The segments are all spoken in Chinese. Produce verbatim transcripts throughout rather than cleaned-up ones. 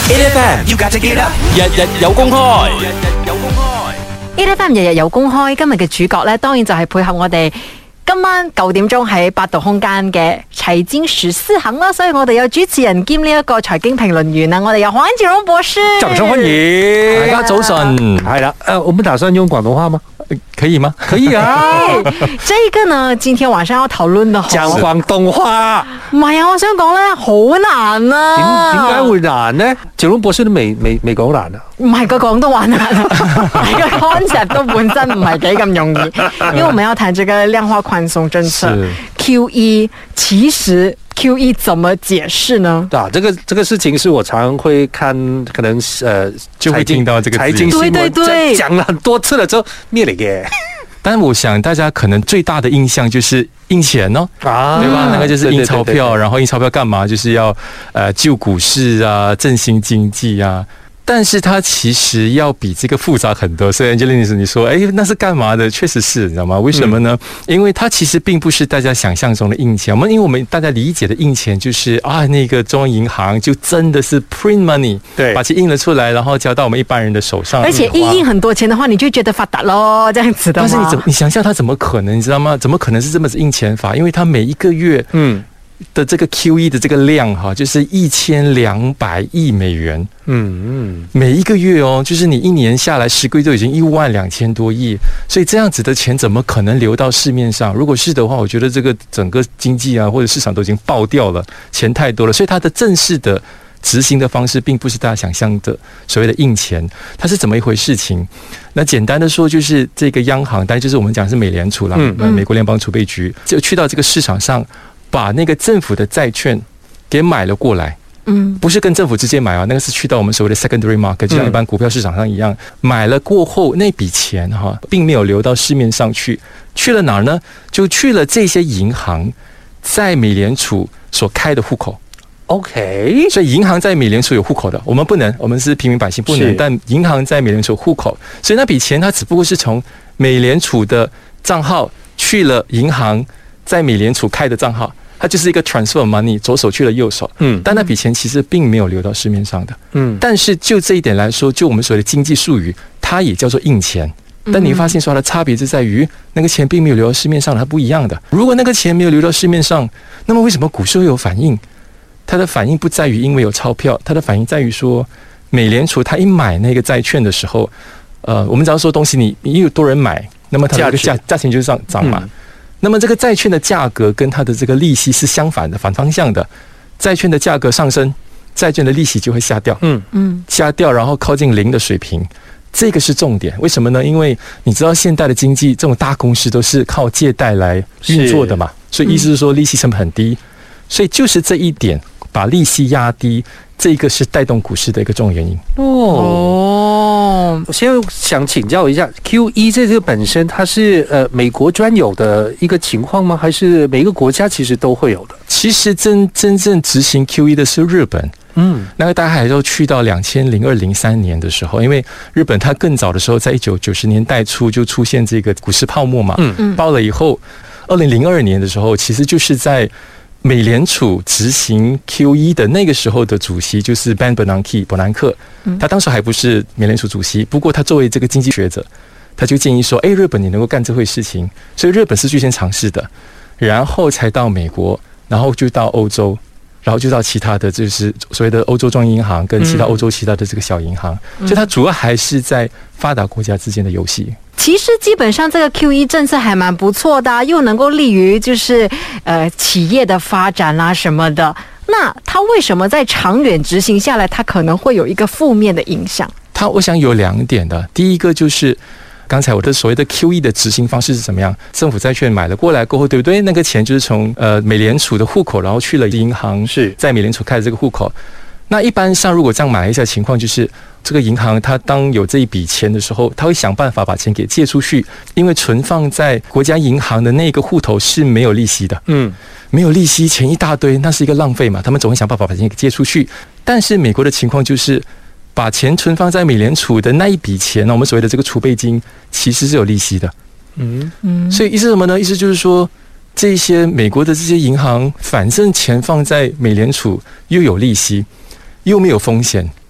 A F M you got to get up， 日日有公開，日日有公開。 A F M 日日有公開，今日嘅主角咧，當然就係配合我哋今晚九點鐘喺八度空間嘅財經十四行啦，所以我哋有主持人兼呢一個財經評論員啊，我哋有黃錦榮博士， 掌聲歡迎！ 大家早晨。 係啦，呃，我們打算用廣東話嗎？ 可以嗎？ 可以啊。 這個呢，今天晚上要討論的講廣東話。 唔係啊，我想講咧，好難啊。 點解會難呢？錦榮博士都未未未講難啊。 唔係個廣東話難啊，係個 concept 都本身唔係幾咁容易，因為我們要談這個量化寬鬆政策 Q E， 其實 Q E 怎麼解釋呢？ 啊，這個這個事情是我常常會看，可能呃就會聽到這個財經新聞， 對對對， 講了很多次了之後，咩嚟嘅？ 但我想大家可能最大的印象就是印錢哦， 啊， 對吧？那個就是印鈔票，然後印鈔票幹嘛？就是要呃救股市啊，振興經濟啊。但是它其實要比這個複雜很多，所以 Angelina 你說，誒，那是幹嘛的？確實是，你知道嗎？為什麼呢？嗯、因為它其實並不是大家想象中的印錢。我們因為我們大家理解的印錢就是啊，那個中央銀行就真的是 print money， 對，把錢印了出來，然後交到我們一般人的手上。 而且印印很多錢的話，你就覺得發達咯，這樣子的。 但是你怎麼你想象它怎麼可能？你知道嗎？怎麼可能是這麼子印錢法？因為它每一個月，嗯。的這個 Q E 的這個量哈，就是一千兩百億美元。嗯嗯，每一個月哦，就是你一年下來十個月就已經一萬兩千多億，所以這樣子的錢怎麼可能流到市面上？如果是的話，我覺得這個整個經濟啊或者市場都已經爆掉了，錢太多了，所以它的正式的執行的方式並不是大家想象的所謂的印錢，它是怎麼一回事情？那簡單的說，就是這個央行，當然就是我們講的是美聯儲啦，嗯，美國聯邦儲備局就去到這個市場上。把那個政府的債券給買了過來，嗯，不是跟政府直接買啊，那個是去到我們所謂的 secondary market，就像一般股票市場上一樣，買了過後那筆錢哈，並沒有流到市面上去，去了哪兒呢？就去了這些銀行在美聯儲所開的戶口。OK， 所以銀行在美聯儲有戶口的，我們不能，我們是平民百姓不能，但銀行在美聯儲戶口，所以那筆錢它只不過是從美聯儲的賬號去了銀行在美聯儲開的賬號，它就是一個 transfer money， 左手去了右手。嗯，但那筆錢其實並沒有流到市面上的。嗯，但是就這一點來說，就我們所謂的經濟術語，它也叫做印錢。但你會發現說它的差別就在於，那個錢並沒有流到市面上，它不一樣的。如果那個錢沒有流到市面上，那麼為什麼股市會有反應？它的反應不在於因為有鈔票，它的反應在於說，美聯儲它一買那個債券的時候，呃，我們只要說東西你你有多人買，那麼它的價價錢就上漲嘛。嗯，那麼這個債券的價格跟它的這個利息是相反的，反方向的。債券的價格上升，債券的利息就會下掉。嗯嗯，下掉，然後靠近零的水平，這個是重點。為什麼呢？因為你知道現代的經濟，這種大公司都是靠借貸來運作的嘛，所以意思是說利息成本很低，所以就是這一點把利息壓低，這個是帶動股市的一個重要原因。 哦，我先想請教一下 ，Q E 這個本身它是呃美國專有的一個情況嗎？還是每一個國家其實都會有的？ 其實真真正執行 Q E 的是日本。嗯，那個大概還要去到兩千零二零三年的時候，因為日本它更早的時候，在一九九十年代初就出現這個股市泡沫嘛。嗯嗯，爆了以後，二零零二年的時候，其實就是在美聯儲執行 Q E 的那個時候的主席就是 Ben Bernanke 伯南克，他當時還不是美聯儲主席，不過他作為這個經濟學者，他就建議說，誒，日本你能夠幹這回事情，所以日本是最先嘗試的，然後才到美國，然後就到歐洲，然後就到其他的就是所謂的歐洲中央銀行跟其他歐洲其他的這個小銀行，所以它主要還是在發達國家之間的遊戲。 其實基本上這個 Q E 政策還蠻不錯的，又能夠利於就是呃企業的發展啦什麼的。那它為什麼在長遠執行下來，它可能會有一個負面的影響？ 它我想有兩點的，第一個就是剛才我的所謂的 Q E 的執行方式是怎麼樣？政府債券買了過來過後，對不對？那個錢就是從呃美聯儲的戶口，然後去了銀行，是在美聯儲開的這個戶口。那一般上如果這樣馬來西亞情況就是這個銀行它當有這一筆錢的時候，它會想辦法把錢給借出去，因為存放在國家銀行的那個戶頭是沒有利息的。嗯，沒有利息，錢一大堆，那是一個浪費嘛，他們總會想辦法把錢給借出去。但是美國的情況就是把錢存放在美聯儲的那一筆錢，我們所謂的這個儲備金其實是有利息的。嗯嗯，所以意思是什麼呢？意思就是說這些美國的這些銀行反正錢放在美聯儲又有利息又沒有風險，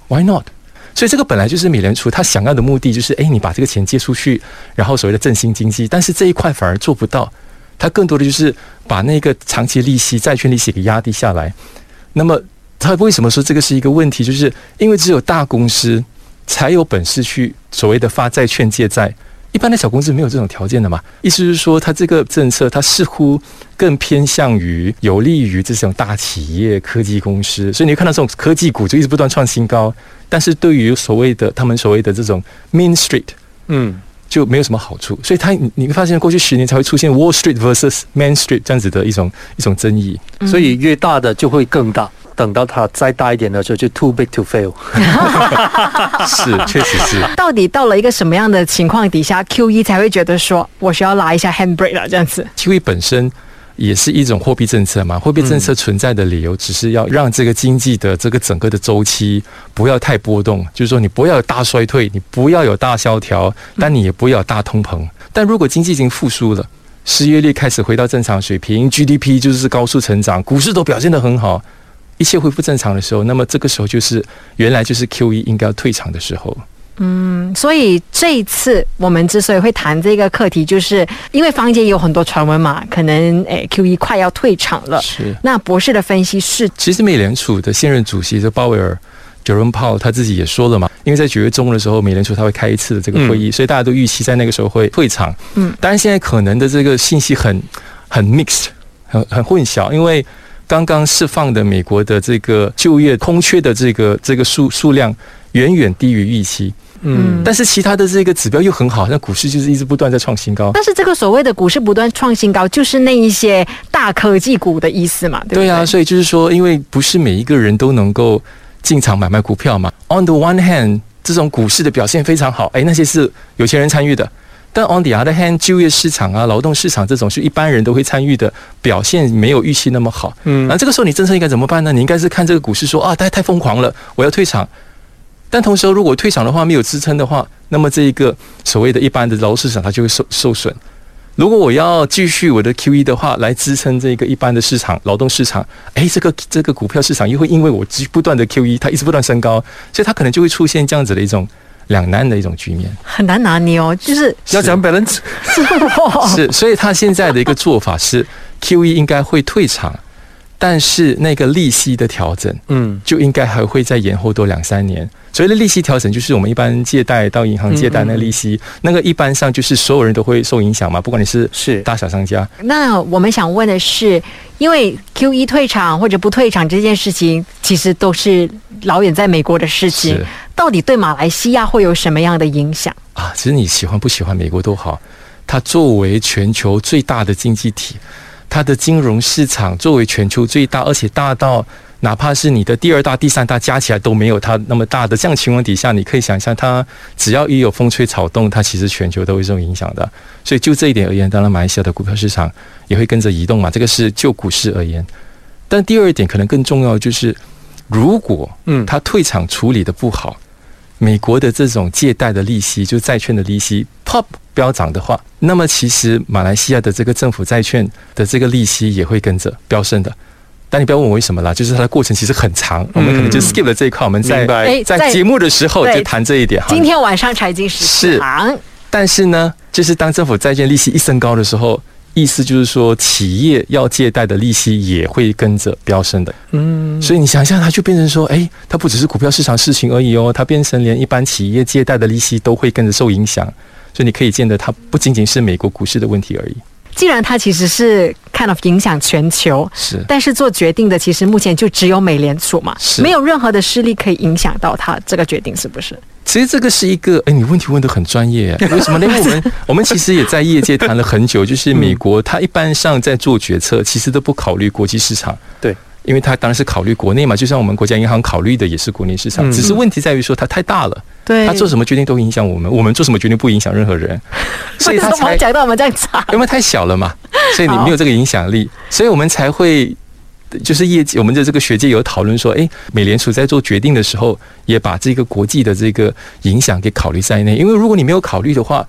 Why not？ 所以这个本来就是美联储他想要的目的，就是哎，你把这个钱借出去，然后所谓的振兴经济，但是这一块反而做不到，他更多的就是把那个长期利息、债券利息给压低下来。那么他为什么说这个是一个问题？就是因为只有大公司才有本事去所谓的发债券借债，一般的小公司没有这种条件的嘛。意思是说，它这个政策它似乎更偏向于有利于这种大企业、科技公司，所以你会看到这种科技股就一直不断创新高。但是对于所谓的他们所谓的这种 Main Street， 嗯，就没有什么好处。所以它你会发现，过去十年才会出现 Wall Street versus Main Street 这样子的一种一种争议。 所以越大的就会更大。等到它再大一点的时候，就 too big to fail。 是，确实是。 到底到了一个什么样的情况底下 ，Q E 才会觉得说我需要拉一下 handbrake 了？这样子 ，Q E 本身也是一种货币政策嘛。货币政策存在的理由，只是要让这个经济的这个整个的周期不要太波动，就是说你不要有大衰退，你不要有大萧条，但你也不要有大通膨。但如果经济已经复苏了，失业率开始回到正常水平 ，G D P 就是高速成长，股市都表现得很好。一切恢复正常的时候，那么这个时候就是原来就是 Q E 应该要退场的时候。 嗯，所以这一次我们之所以会谈这个课题，就是因为坊间也有很多传闻嘛，可能诶 Q E 快要退场了。 是。 那博士的分析是， 其实美联储的现任主席这鲍威尔 Jerome Powell 他自己也说了嘛，因为在九月中的时候，美联储他会开一次的这个会议，嗯、所以大家都预期在那个时候会退场。嗯，当然现在可能的这个信息很很 mixed， 很很混淆，因为刚刚释放的美国的这个就业空缺的这个这个数数量远远低于预期，嗯，但是其他的这个指标又很好，那股市就是一直不断在创新高。 但是这个所谓的股市不断创新高，就是那一些大科技股的意思嘛，对不对？ 对啊，所以就是说，因为不是每一个人都能够进场买卖股票嘛。On the one hand， 这种股市的表现非常好，哎，那些是有钱人参与的。但 on the other hand， 就业市场啊、劳动市场这种是一般人都会参与的，表现没有预期那么好。嗯，那这个时候你政策应该怎么办呢？你应该是看这个股市说啊，太太疯狂了，我要退场。但同时，如果退场的话没有支撑的话，那么这一个所谓的一般的劳动市场它就会受受损。如果我要继续我的 Q E 的话，来支撑这个一般的市场、劳动市场，哎，这个这个股票市场又会因为我不断的 Q E， 它一直不断升高，所以它可能就会出现这样子的一种两难的一种局面， 很难拿捏哦，就是要讲 balance， 是，所以他现在的一个做法是 Q E 应该会退场，但是那个利息的调整，嗯，就应该还会再延后多两三年。所谓的利息调整，就是我们一般借贷到银行借贷那个利息，嗯嗯那个一般上就是所有人都会受影响嘛，不管你是是大小商家。 那我们想问的是，因为 Q E 退场或者不退场这件事情，其实都是老远在美国的事情，到底对马来西亚会有什么样的影响啊？其实你喜欢不喜欢美国都好，它作为全球最大的经济体，它的金融市场作为全球最大，而且大到哪怕是你的第二大、第三大加起来都没有它那么大的，这样情况底下，你可以想象，它只要一有风吹草动，它其实全球都会受影响的。所以就这一点而言，当然马来西亚的股票市场也会跟着移动嘛，这个是就股市而言。但第二点可能更重要，就是如果它退场处理的不好，美国的这种借贷的利息，就债券的利息 pop 飙涨的话，那么其实马来西亚的这个政府债券的这个利息也会跟着飙升的。但你不要问我为什么啦，就是它的过程其实很长，嗯、我们可能就 skip 了这一块，我们在在节目的时候就谈这一点。 今天晚上财经时长。 但是呢，就是当政府债券利息一升高的时候，意思就是说，企业要借贷的利息也会跟着飙升的。嗯，所以你想象，它就变成说，哎，它不只是股票市场事情而已哦，它变成连一般企业借贷的利息都会跟着受影响。所以你可以见得，它不仅仅是美国股市的问题而已。 既然它其实是 kind of 影响全球， 是， 但是做决定的其实目前就只有美联储嘛，没有任何的势力可以影响到它这个决定，是不是？ 其实这个是一个，哎，你问题问得很专业，为什么呢？因为我们我们其实也在业界谈了很久，就是美国它一般上在做决策，其实都不考虑国际市场， 对。 因为它当然是考虑国内嘛，就像我们国家银行考虑的也是国内市场，只是问题在于说它太大了， 对， 它做什么决定都影响我们，我们做什么决定不影响任何人， 所以它才讲到我们这样子， 因为太小了嘛，所以你没有这个影响力，所以我们才会就是业界我们的这个学界有讨论说，哎，美联储在做决定的时候，也把这个国际的这个影响给考虑在内，因为如果你没有考虑的话，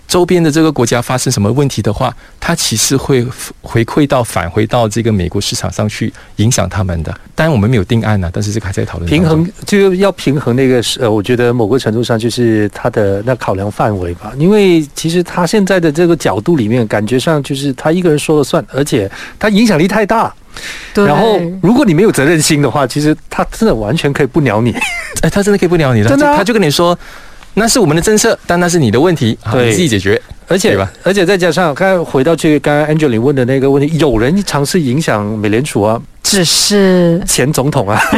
周边的这个国家发生什么问题的话，它其实会回馈到返回到这个美国市场上去，影响他们的。当然我们没有定案啊，但是这个还在讨论。 平衡就要平衡那个呃，我觉得某个程度上就是它的那考量范围吧。因为其实他现在的这个角度里面，感觉上就是他一个人说了算，而且他影响力太大。然后，如果你没有责任心的话，其实他真的完全可以不鸟你。 哎，他真的可以不鸟你的， 真的、啊， 他就跟你说。那是我们的政策，但那是你的问题，好，你自己解决。 而且，而且再加上，刚才回到去刚刚 Angeline 问的那个问题，有人尝试影响美联储啊， 只是前总统啊，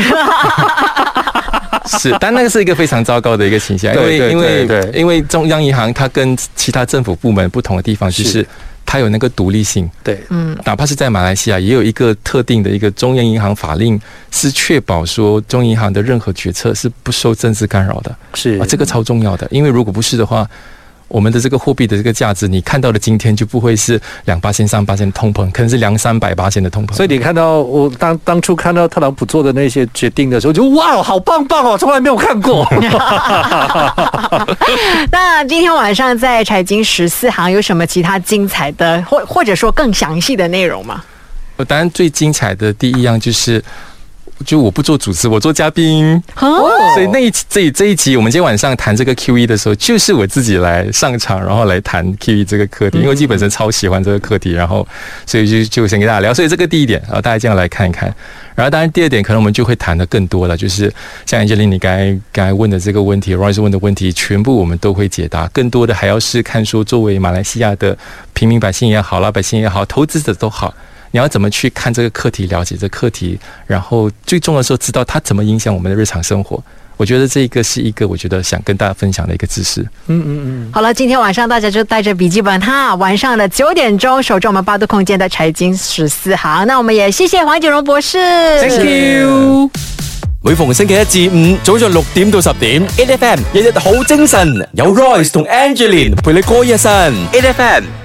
是，但那个是一个非常糟糕的一个倾向，因为因为因为中央银行它跟其他政府部门不同的地方就是。它有那个独立性， 对， 嗯，哪怕是在马来西亚，也有一个特定的一个中央银行法令，是确保说中央银行的任何决策是不受政治干扰的， 是啊，这个超重要的，因为如果不是的话，我们的这个货币的这个价值，你看到的今天就不会是两八千、三八千通膨，可能是两三百八千的通膨。 所以你看到我当当初看到特朗普做的那些决定的时候，就哇，好棒棒哦，从来没有看过。 那今天晚上在财经十四行有什么其他精彩的，或或者说更详细的内容吗？ 当然，最精彩的第一样就是。就我不做主持，我做嘉宾，哦、所以那一这这一集我们今天晚上谈这个 Q E 的时候，就是我自己来上场，然后来谈 Q E 这个课题，因为基本上超喜欢这个课题，然后所以就就先跟大家聊，所以这个第一点啊，大家这样来看一看。然后当然第二点，可能我们就会谈的更多了，就是像 Angeline 你刚才刚才问的这个问题 ，Royce 问的问题，全部我们都会解答。更多的还要是看说，作为马来西亚的平民百姓也好，老百姓也好，投资者都好。你要怎么去看这个课题，了解这个课题，然后最重要的时候知道它怎么影响我们的日常生活。我觉得这个是一个我觉得想跟大家分享的一个知识。 嗯嗯嗯。 好了，今天晚上大家就带着笔记本哈，晚上的九点钟守住我们八度空间的财經十四行。那我們也謝謝黃錦榮博士 ，Thank you。 每逢星期一至五早上六點到十點 ，A F M 日日好精神，有 Royce 同 Angeline陪你過一晨 ，A F M。